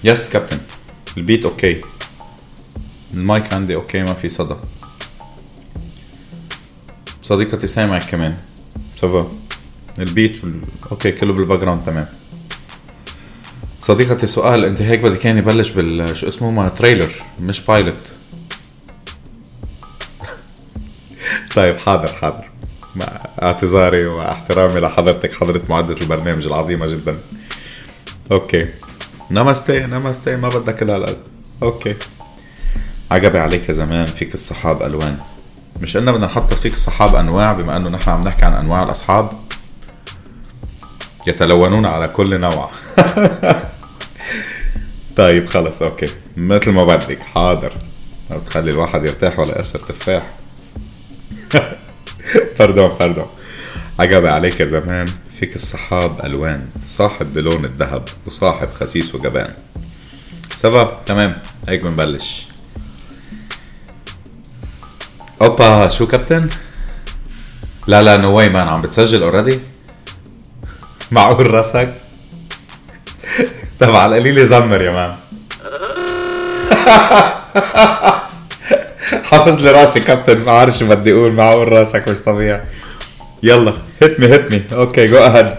يس كابتن. البيت اوكي، المايك عندي اوكي، ما في صدى. صديقتي سامعك كمان سوا. البيت اوكي، كله بالباك جراوند تمام. صديقتي سؤال، انت هيك بدك يعني يبلش شو اسمه ما تريلر مش بايلوت؟ طيب حاضر مع اعتذاري واحترامي لحضرتك، حضرة معدة البرنامج العظيمة جدا. اوكي نمستي ما بدك لا. اوكي. عجبي عليك يا زمان فيك الصحاب الوان. مش قلنا بدنا نحط فيك الصحاب انواع، بما انه نحن عم نحكي عن انواع الاصحاب يتلونون على كل نوع. طيب خلص اوكي مثل ما بدك. حاضر، ما بتخلي الواحد يرتاح ولا قشر تفاح. pardon. عجبي عليك يا زمان فيك الصحاب الوان، صاحب بلون الذهب وصاحب خسيس وجبان. سبا تمام هيك بنبلش. اوبا شو كابتن؟ لا نو واي مان، عم بتسجل اوريدي؟ معقول راسك؟ طب على القليل زمر يا مان. حافظ لي راسي كابتن، ما عارف شو بدي اقول. معقول راسك مش طبيعي. يلا هتمي اوكي جو اهد.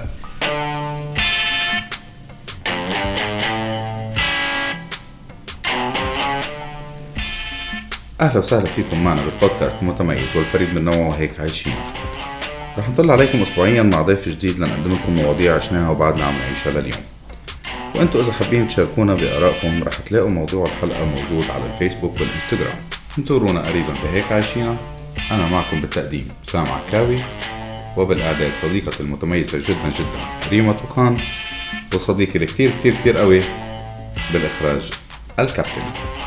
اهلا وسهلا فيكم معنا بالبودكاست متميز والفريد من نوعه وهيك عايشين. رح نطلع عليكم اسبوعيا مع ضيف جديد لنقدم لكم مواضيع عشناها وبعدنا عم نعيشها لليوم. وانتوا اذا حابين تشاركونا بارائكم رح تلاقوا موضوع الحلقه موجود على الفيسبوك والانستغرام. انطرونا قريبا بهيك عايشينا. انا معكم بالتقديم سام عكاوي، وبالاعداد صديقتي المتميزه جدا ريما توخان، وصديقي الكتير قوي بالاخراج الكابتن.